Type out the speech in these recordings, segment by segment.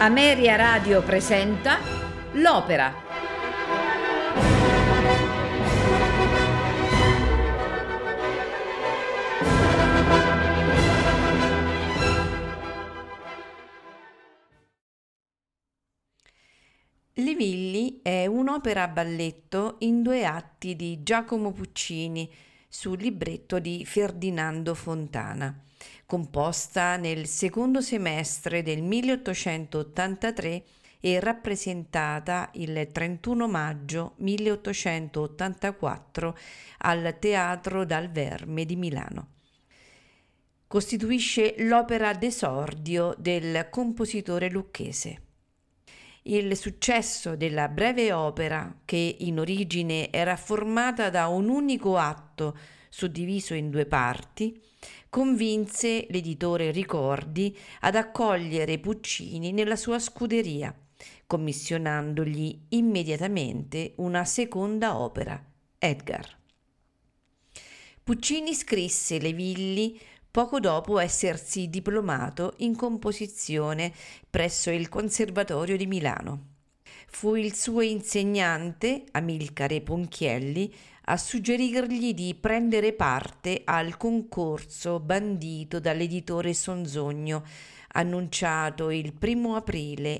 Ameria Radio presenta L'Opera. Le Villi è un'opera a balletto in 2 atti di Giacomo Puccini sul libretto di Ferdinando Fontana, composta nel secondo semestre del 1883 e rappresentata il 31 maggio 1884 al Teatro Dal Verme di Milano. Costituisce l'opera d'esordio del compositore lucchese. Il successo della breve opera, che in origine era formata da un unico atto suddiviso in 2 parti, convinse l'editore Ricordi ad accogliere Puccini nella sua scuderia, commissionandogli immediatamente una seconda opera, Edgar. Puccini scrisse Le Villi poco dopo essersi diplomato in composizione presso il Conservatorio di Milano. Fu il suo insegnante, Amilcare Ponchielli, a suggerirgli di prendere parte al concorso bandito dall'editore Sonzogno, annunciato il 1 aprile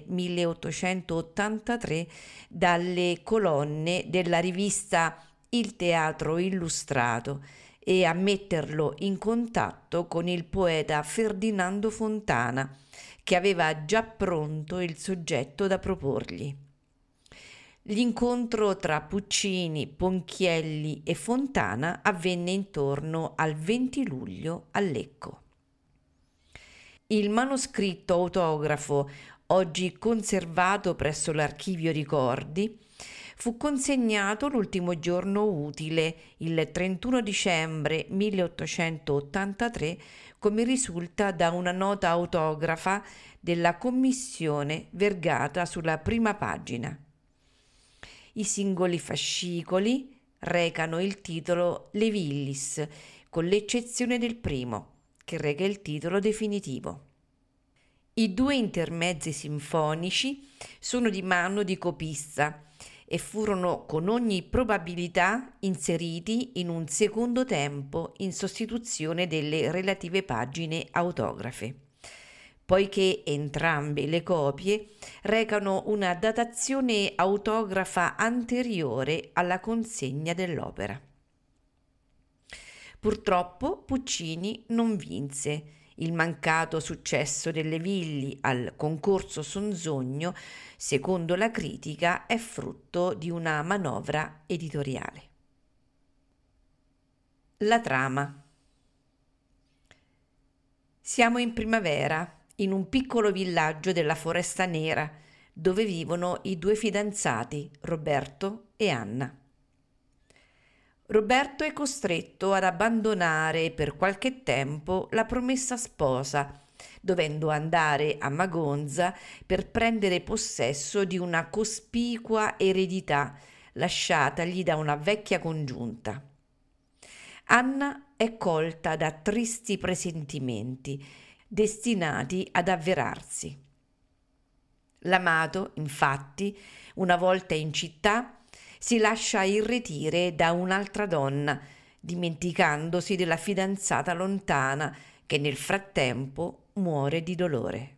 1883 dalle colonne della rivista Il Teatro Illustrato, e a metterlo in contatto con il poeta Ferdinando Fontana, che aveva già pronto il soggetto da proporgli. L'incontro tra Puccini, Ponchielli e Fontana avvenne intorno al 20 luglio a Lecco. Il manoscritto autografo, oggi conservato presso l'Archivio Ricordi, fu consegnato l'ultimo giorno utile, il 31 dicembre 1883, come risulta da una nota autografa della commissione vergata sulla prima pagina. I singoli fascicoli recano il titolo Le Villis, con l'eccezione del primo, che reca il titolo definitivo. I 2 intermezzi sinfonici sono di mano di copista e furono con ogni probabilità inseriti in un secondo tempo in sostituzione delle relative pagine autografe, poiché entrambe le copie recano una datazione autografa anteriore alla consegna dell'opera. Purtroppo Puccini non vinse. Il mancato successo delle Villi al concorso Sonzogno, secondo la critica, è frutto di una manovra editoriale. La trama. Siamo in primavera, in un piccolo villaggio della Foresta Nera, dove vivono i 2 fidanzati, Roberto e Anna. Roberto è costretto ad abbandonare per qualche tempo la promessa sposa, dovendo andare a Magonza per prendere possesso di una cospicua eredità lasciatagli da una vecchia congiunta. Anna è colta da tristi presentimenti, destinati ad avverarsi. L'amato, infatti, una volta in città, si lascia irretire da un'altra donna, dimenticandosi della fidanzata lontana che nel frattempo muore di dolore.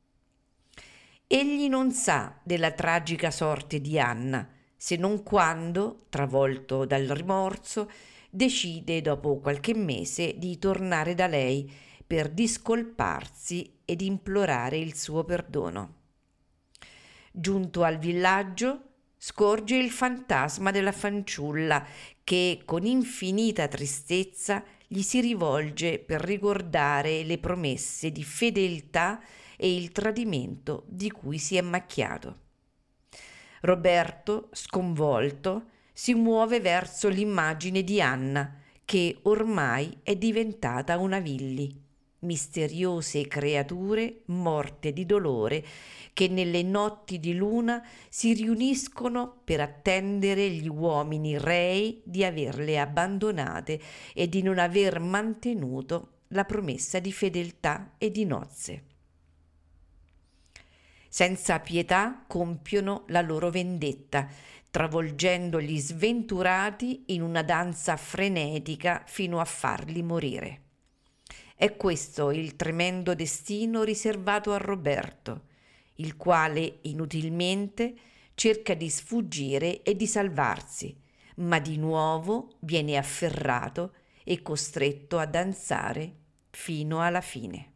Egli non sa della tragica sorte di Anna, se non quando, travolto dal rimorso, decide dopo qualche mese di tornare da lei per discolparsi ed implorare il suo perdono. Giunto al villaggio, scorge il fantasma della fanciulla che con infinita tristezza gli si rivolge per ricordare le promesse di fedeltà e il tradimento di cui si è macchiato. Roberto, sconvolto, si muove verso l'immagine di Anna, che ormai è diventata una Villi, misteriose creature morte di dolore che nelle notti di luna si riuniscono per attendere gli uomini rei di averle abbandonate e di non aver mantenuto la promessa di fedeltà e di nozze. senza pietà compiono la loro vendetta, travolgendo gli sventurati in una danza frenetica fino a farli morire. È questo il tremendo destino riservato a Roberto, il quale inutilmente cerca di sfuggire e di salvarsi, ma di nuovo viene afferrato e costretto a danzare fino alla fine.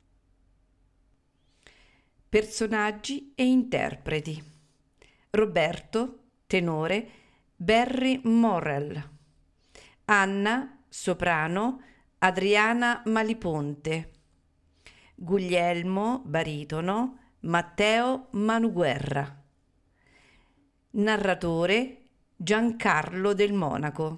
Personaggi e interpreti: Roberto, tenore, Barry Morrell; Anna, soprano, Adriana Maliponte; Guglielmo, baritono, Matteo Manuguerra; narratore, Giancarlo Del Monaco.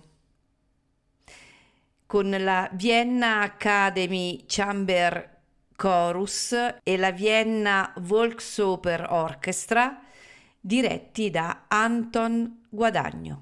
Con la Vienna Academy Chamber Chorus e la Vienna Volksoper Orchestra, diretti da Anton Guadagno.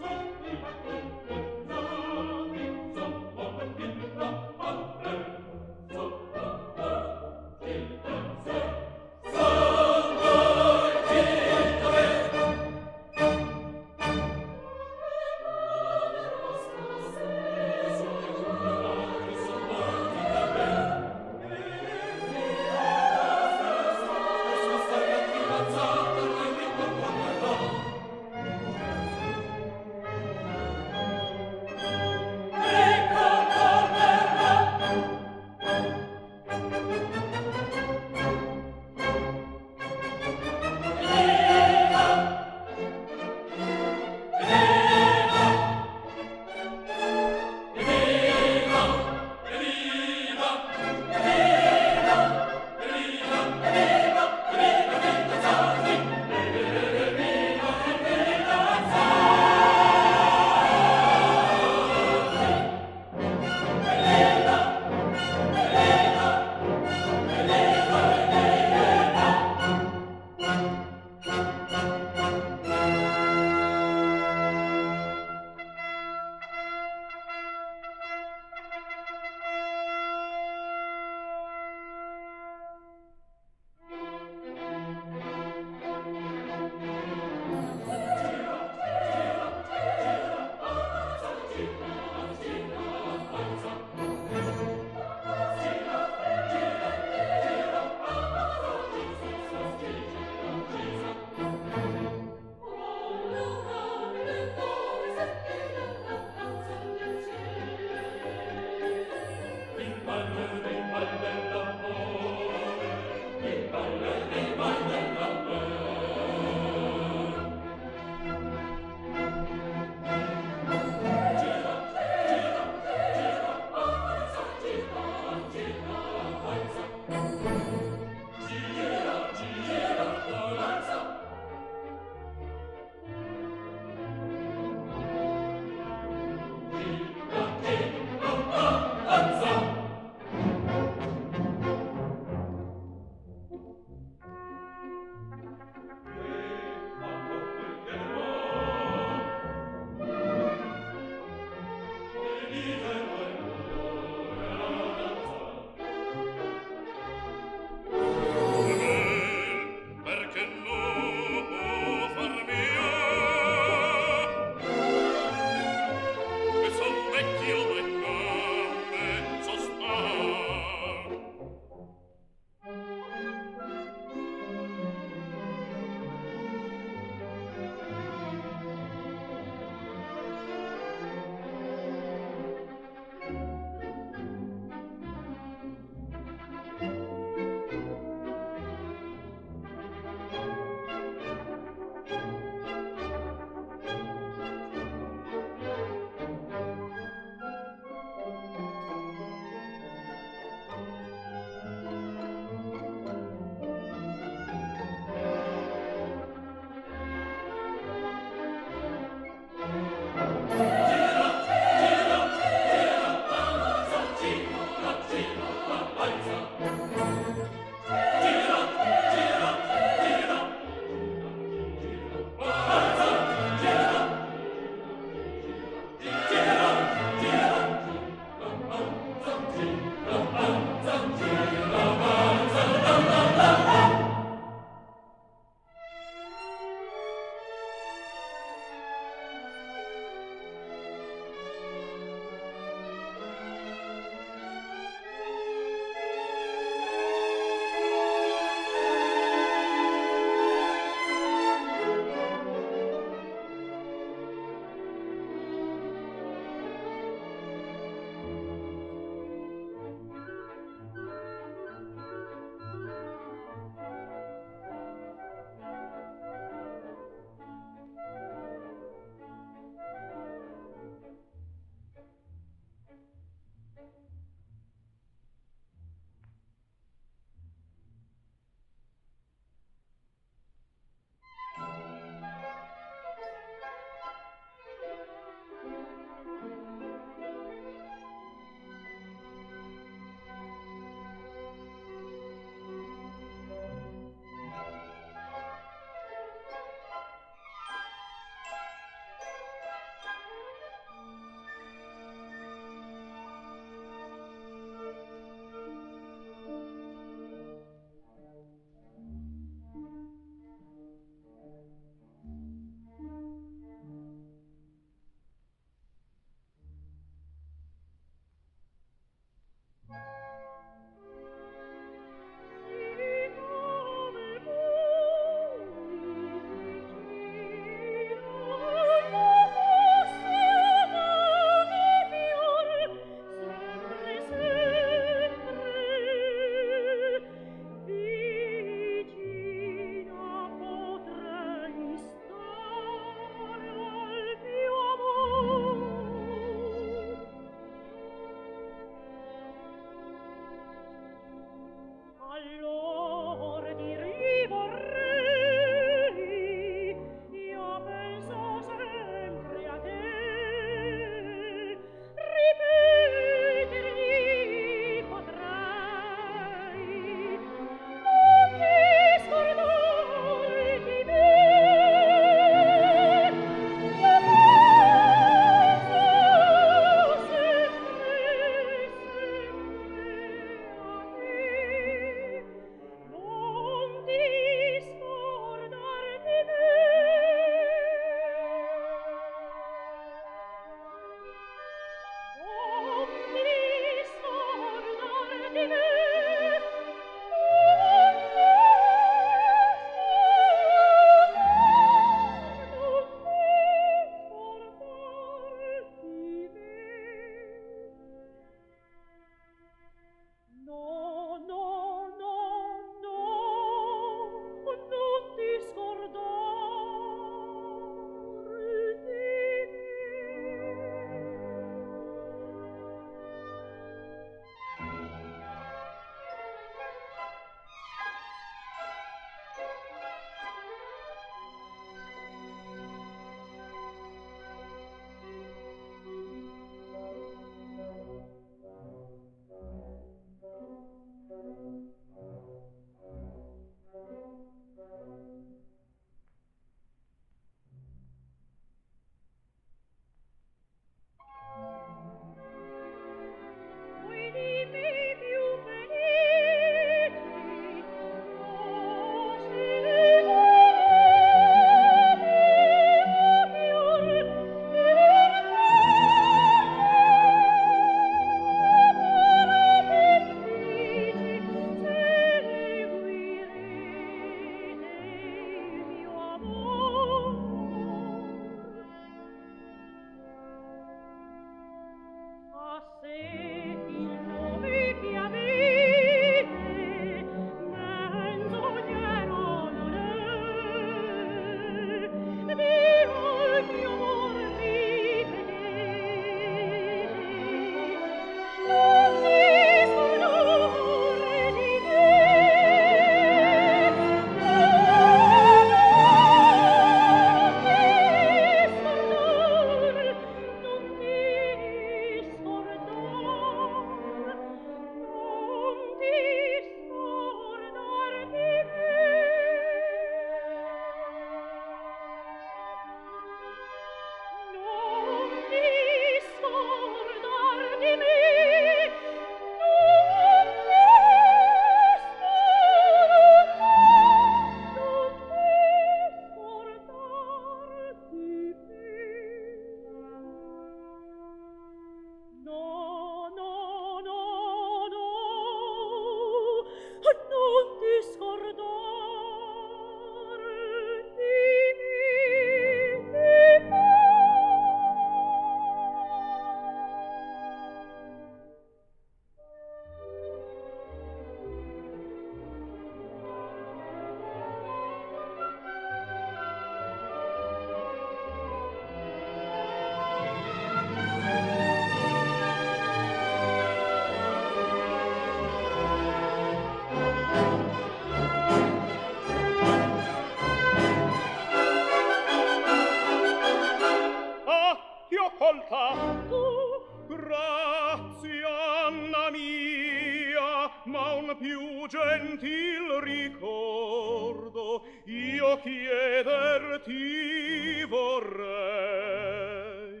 più gentil ricordo io chiederti vorrei.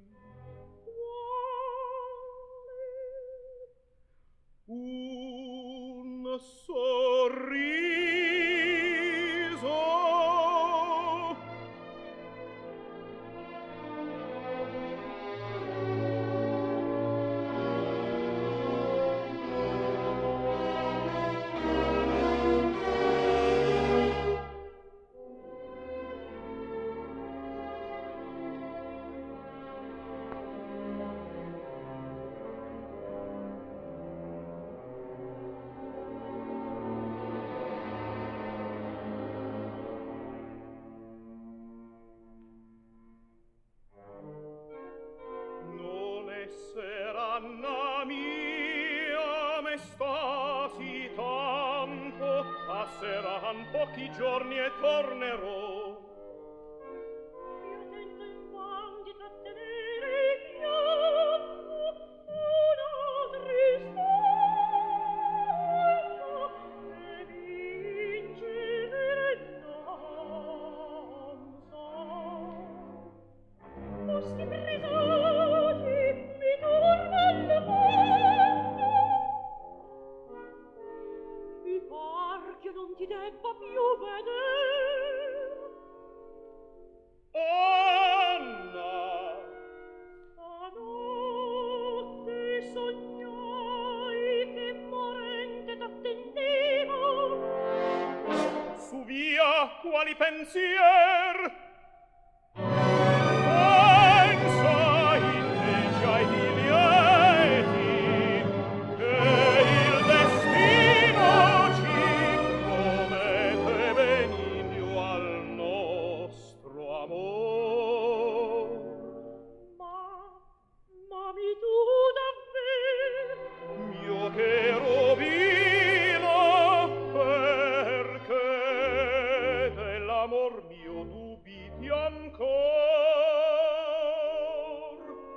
Un sorriso. Anna mia, me stasi tanto, passeran pochi giorni e tornerò. Io tento invan di trattenere il pianto, una tristezza, e vincere l'ansia. Questi presagi mi tornano volto. Mi par che non ti debba più vedere. Anna! Stanotte sognai che morente t'attendevo. Su via, quali pensier? Pensa invece ai lieti che il destino ci promette benigno al nostro amor. Mami tu davvero? Mio che rovino, perché dell'amor mio dubiti ancor.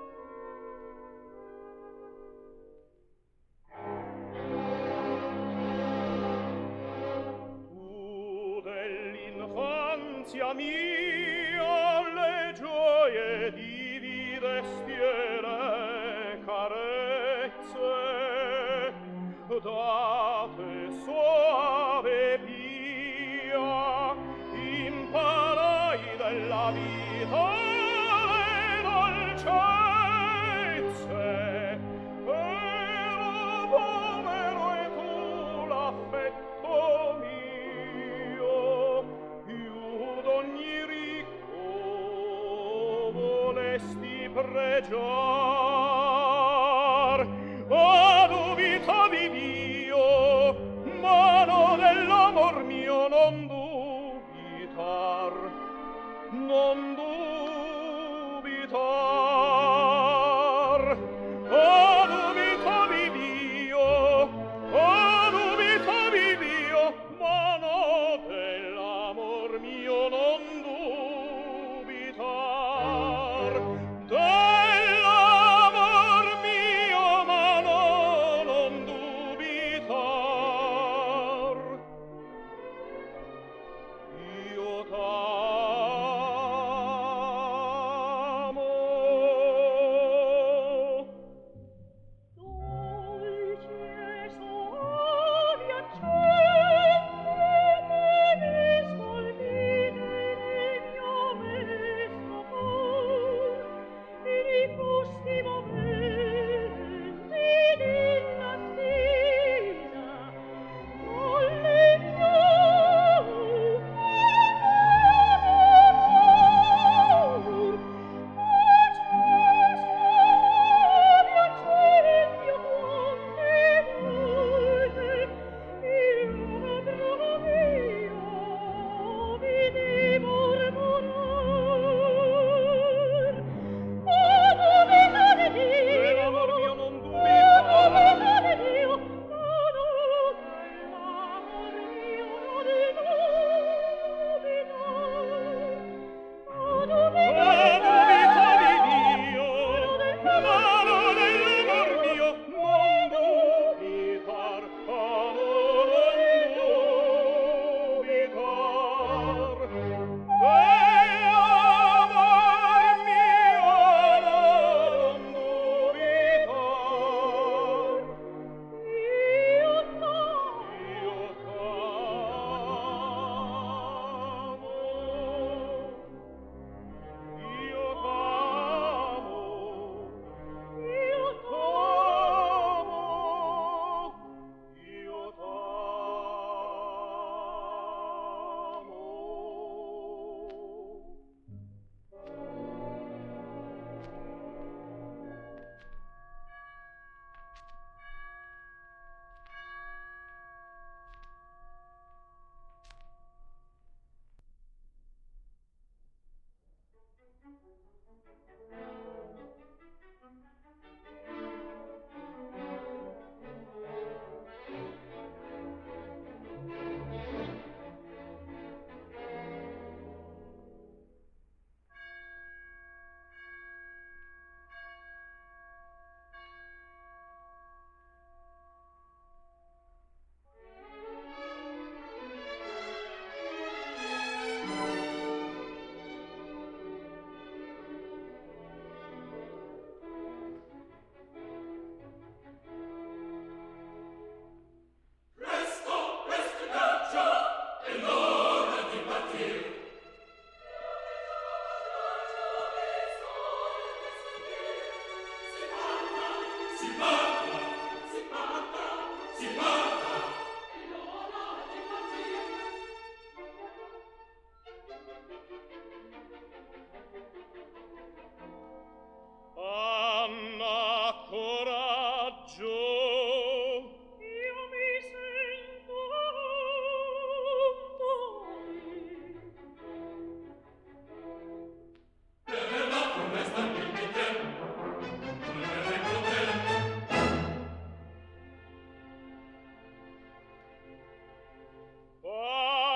Tu dell'infanzia mia le gioie dividesti e le carezze date soave pia imparai della vita le dolcezze. Ero povero e tu l'affetto mio più d'ogni ricco volesti pregiar. Dubitavi Dio, ma no dell'amor mio non dubitar, non dubitar. Dubitavi Dio, dubitavi Dio, ma no dell'amor mio non dubitar. Della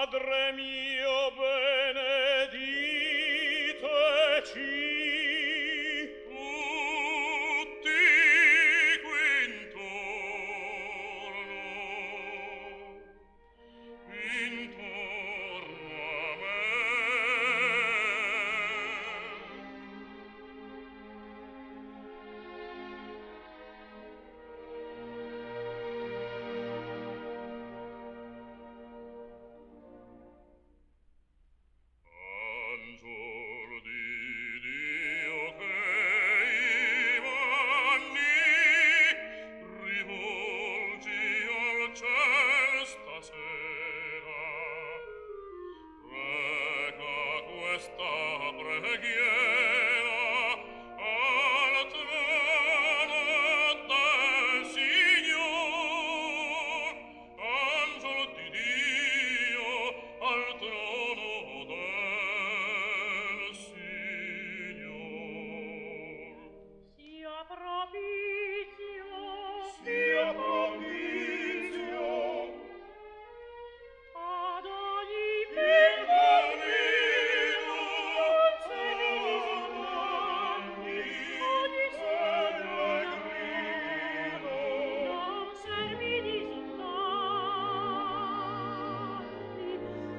Padre mio, benediteci tutti intorno a me. Angelo di Dio che i vanni rivolgi al ciel stasera, reca questa preghiera al trono del Signor. Angelo di Dio al trono del Signor. Sia propizio, Sia propizio ad ogni il cammino, ogni pellegrino. non servini soldati,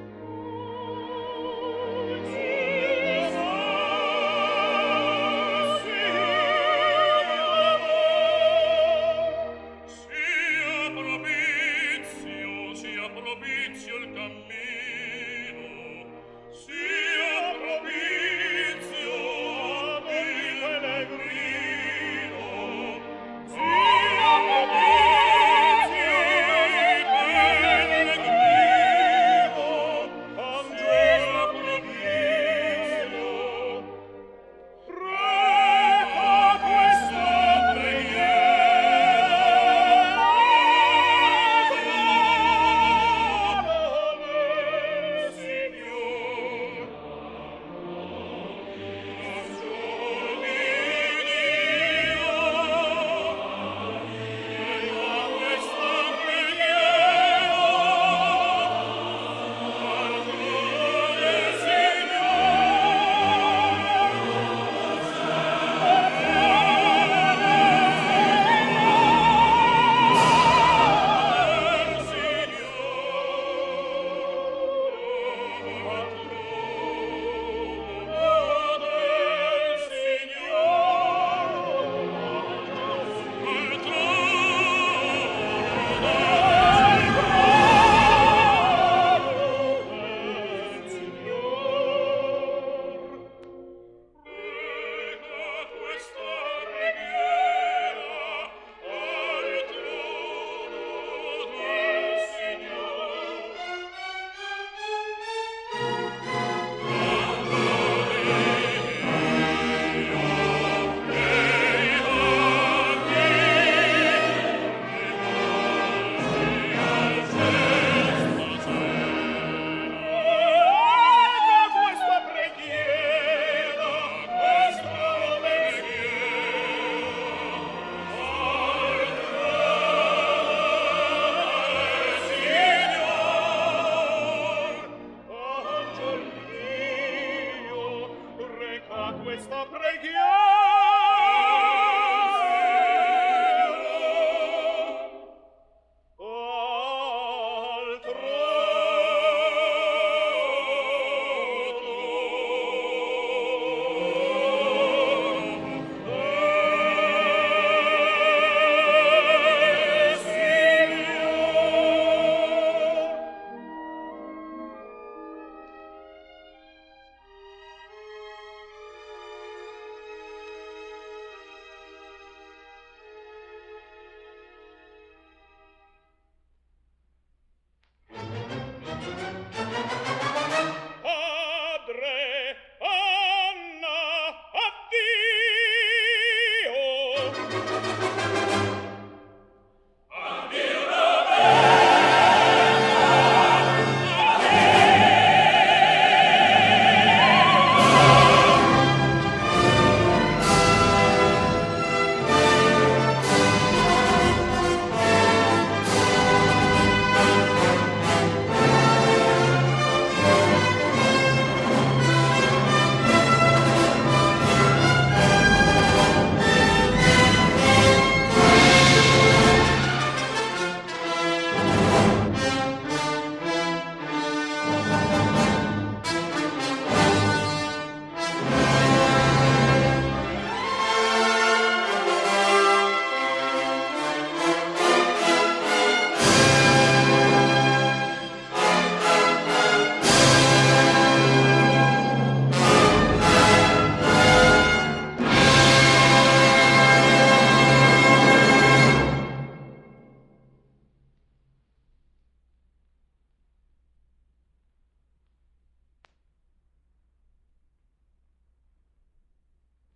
Sia propizio il cammino, sia propizio ad ogni pellegrino, sia propizio il pellegrino, Angelo propizio. Reca questa preghiera al trono del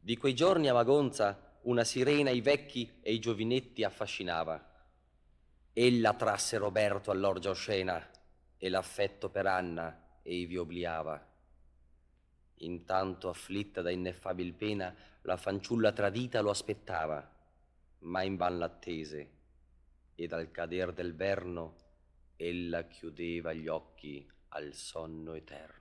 Di quei giorni a Magonza una sirena i vecchi e i giovinetti affascinava. Ella trasse Roberto all'orgia oscena e l'affetto per Anna ei vi obliava. Intanto, afflitta da ineffabil pena, la fanciulla tradita lo aspettava, ma invan l'attese, ed al cader del verno ella chiudeva gli occhi al sonno eterno.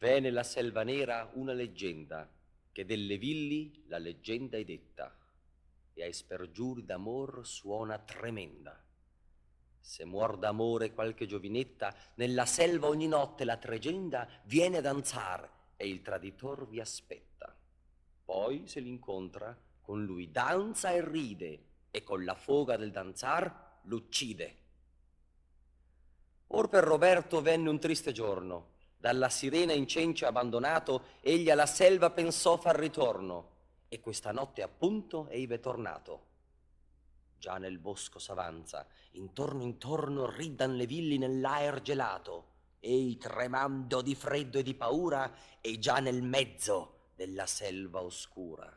v'è nella selva nera una leggenda, che delle villi la leggenda è detta, e ai spergiuri d'amor suona tremenda. Se muor d'amore qualche giovinetta, nella selva ogni notte la tregenda viene a danzar e il traditor vi aspetta. Poi se l'incontra, con lui danza e ride, e con la foga del danzar l'uccide. Or per Roberto venne un triste giorno. Dalla sirena in cencio abbandonato, egli alla selva pensò far ritorno, e questa notte appunto eive tornato. Già nel bosco s'avanza, intorno intorno ridan le villi nell'aer gelato, ei tremando di freddo e di paura, e già nel mezzo della selva oscura.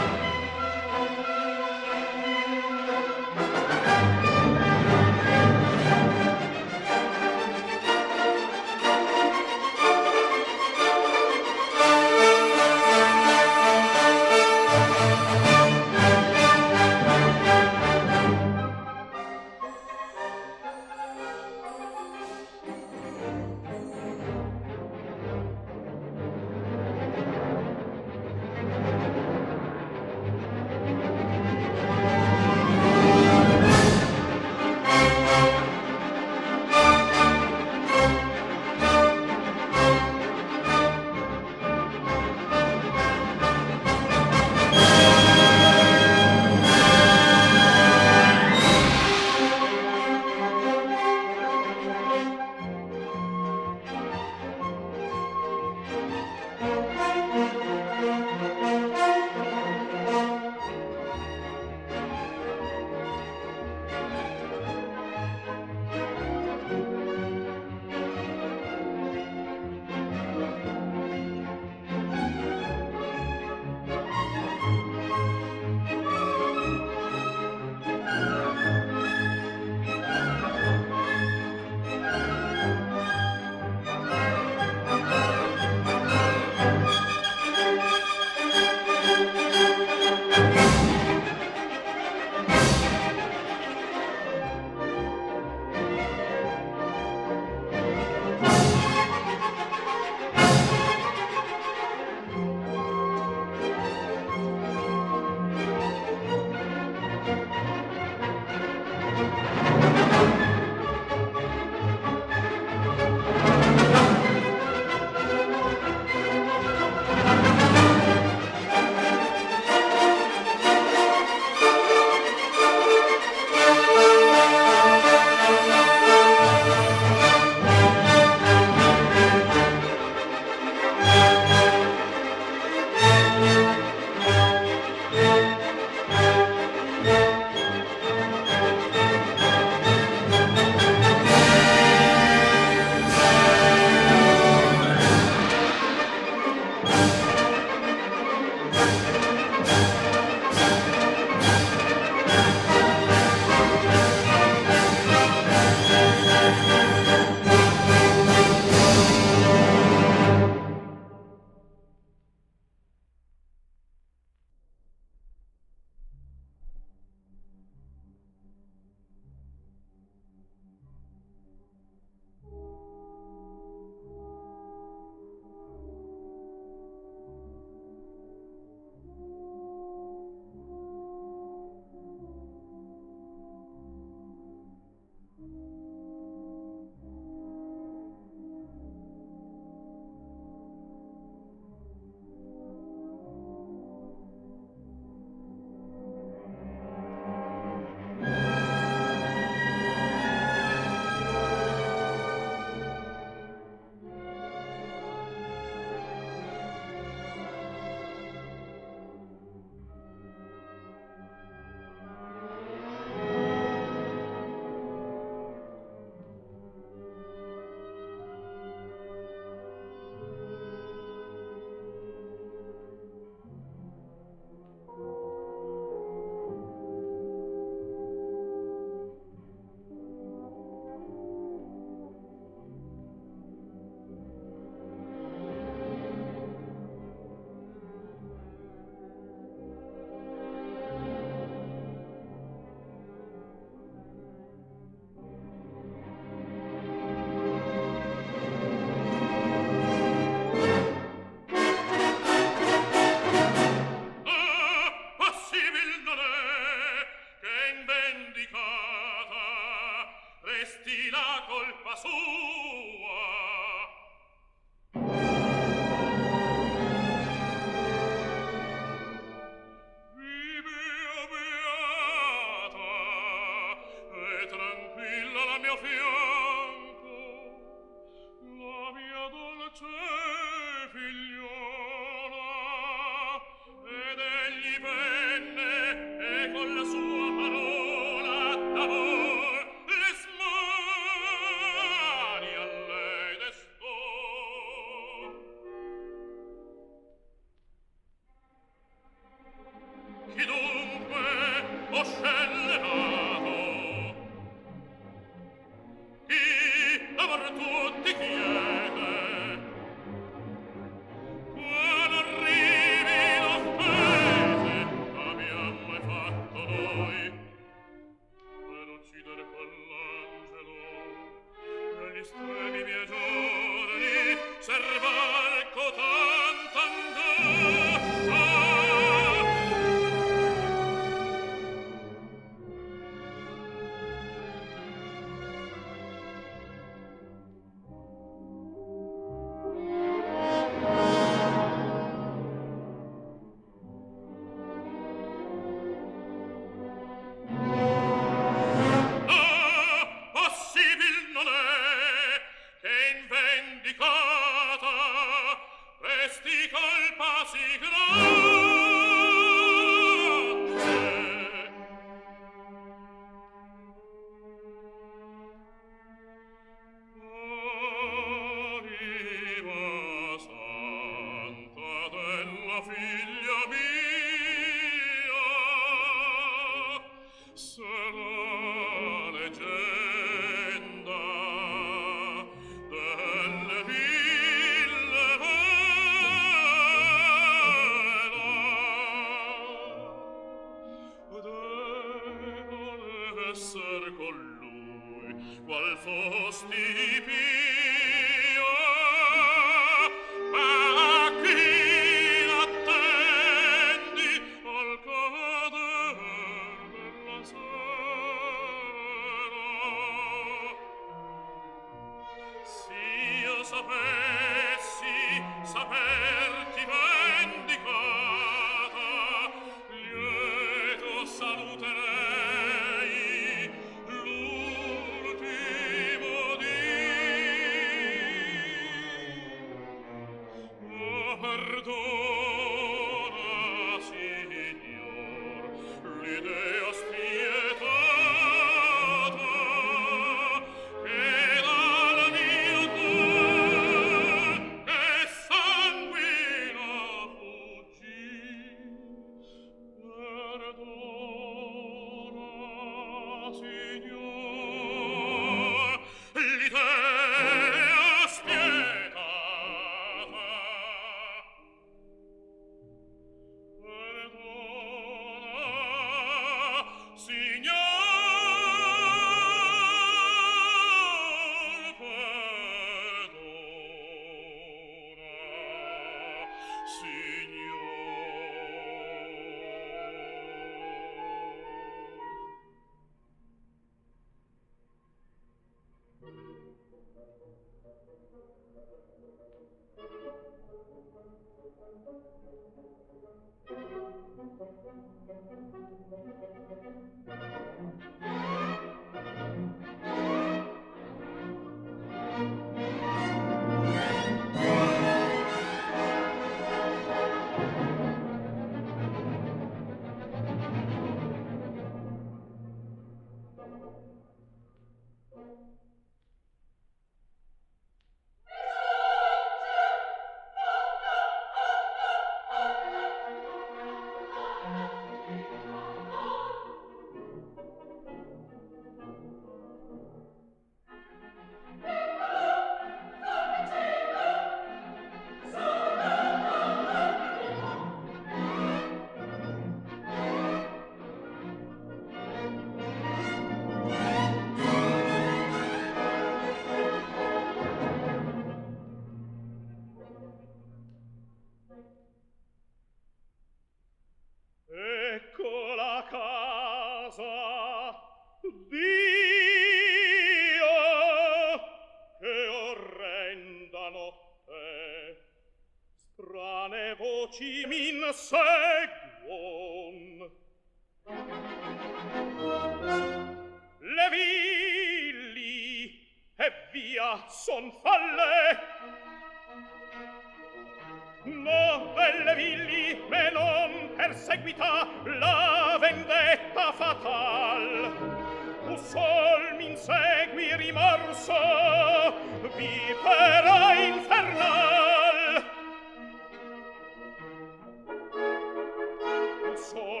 Sol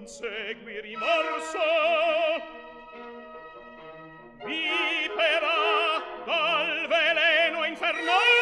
non segui rimorso, vipera dal veleno infernale.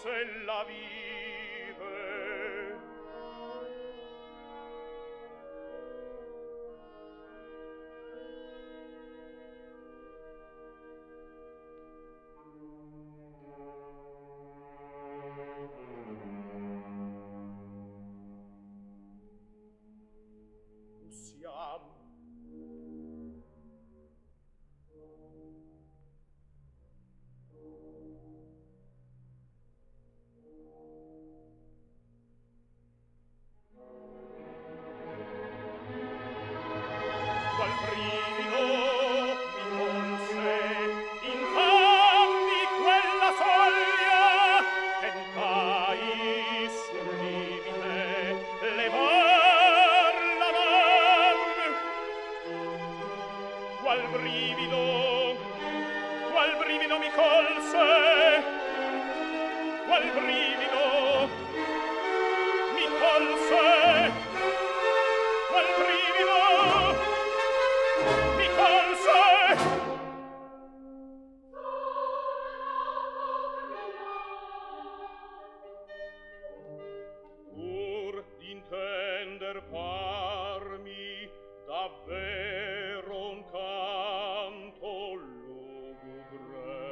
s'ella vive. Usiamo. Qual brivido mi colse, intanto quella soglia, tentai sul limite levar la man. Qual brivido mi colse, qual brivido mi colse, qual brivido mi colse. Pur d'intender parmi davvero un canto lugubre.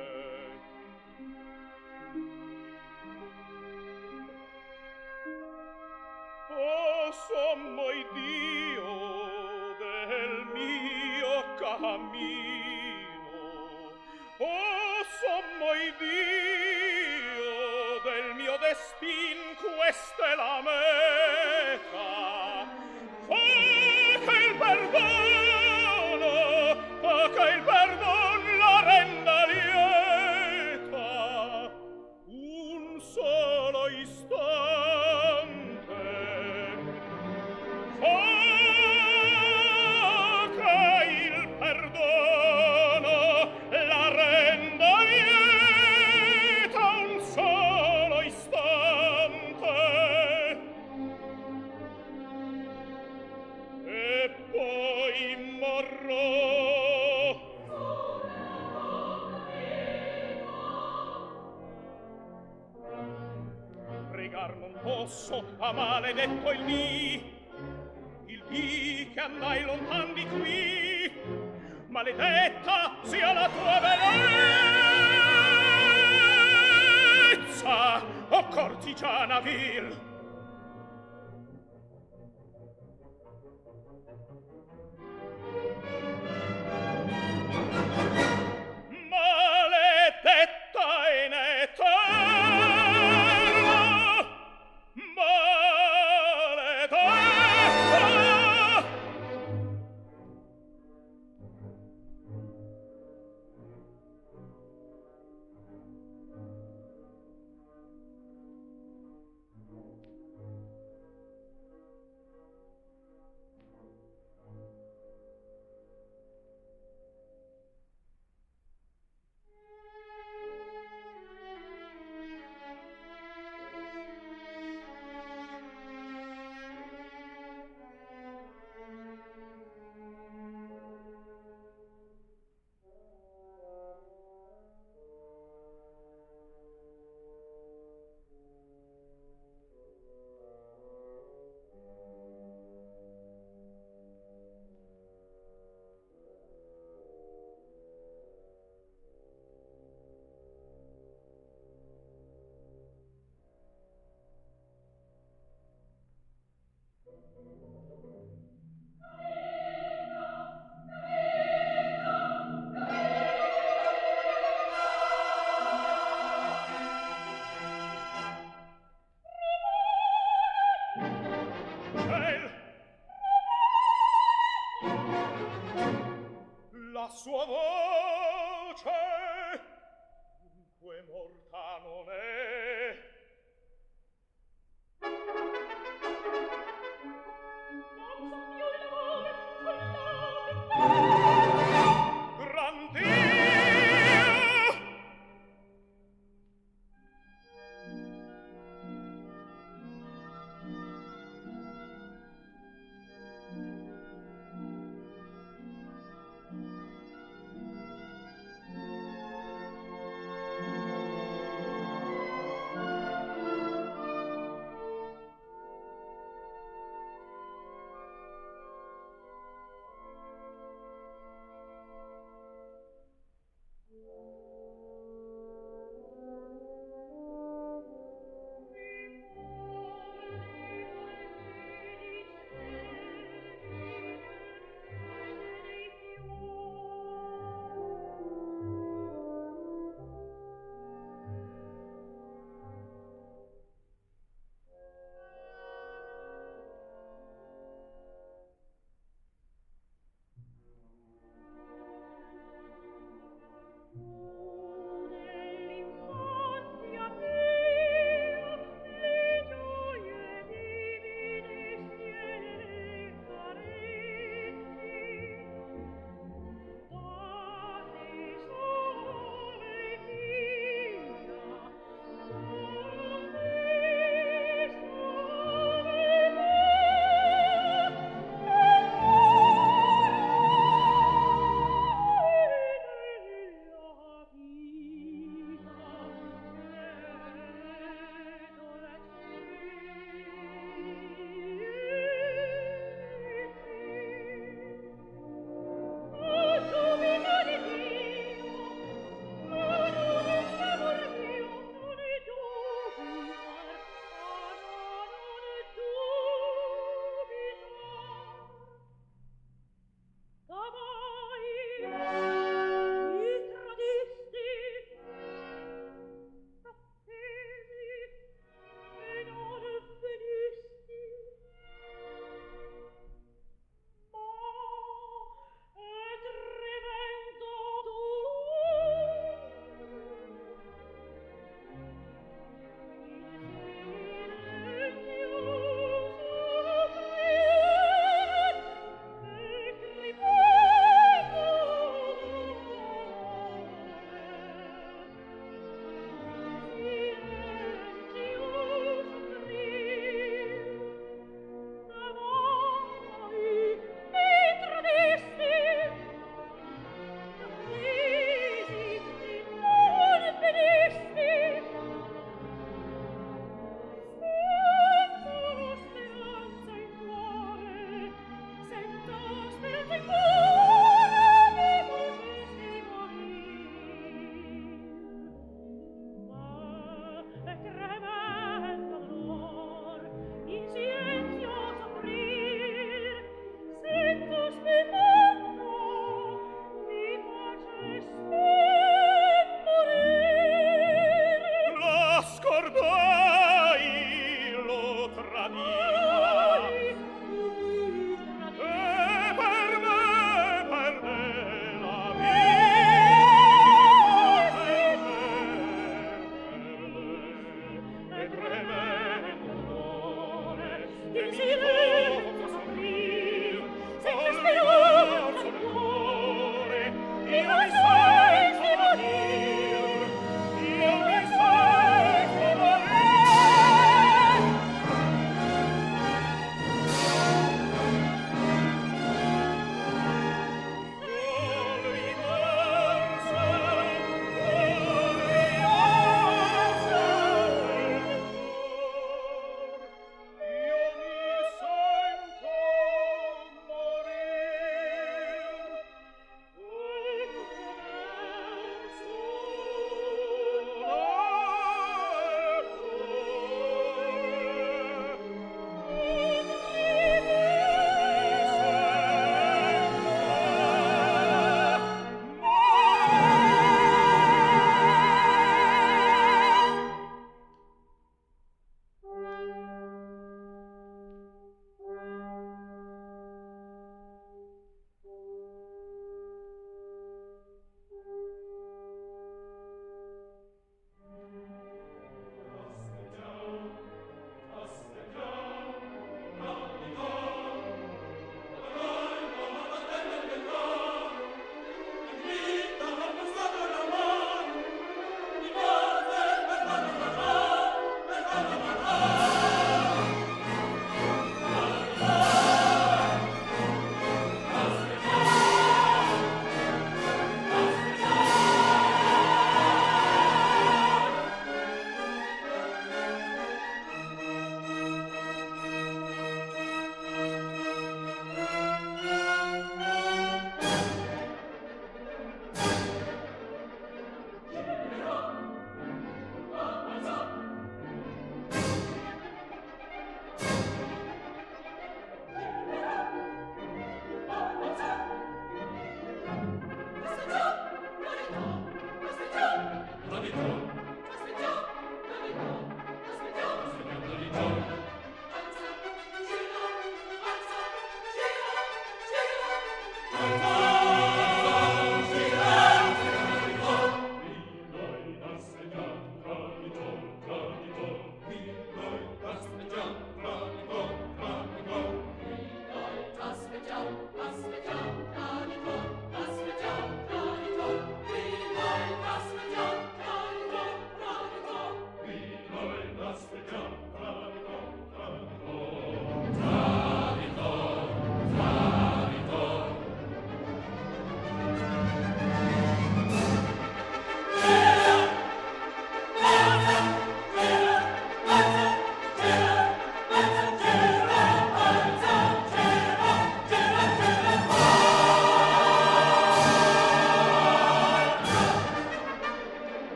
Oh, sommo Dio del mio cammino, oh, sommo Dio del mio destin, questa è la meta. Fa che il perdono, fa che il perdon la renda lieta. Un solo istante, fa che il perdono la renda lieta. Un solo istante, e poi morrò. Pregar non posso a maledetto il dì che andai lontan di qui. Maledetta sia la tua bellezza, o cortigiana vil. Maledetta in eterno, maledetta. La sua voce dunque morta non è. Non so più il nome, Gran Dio!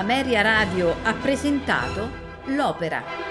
Ameria Radio ha presentato L'Opera.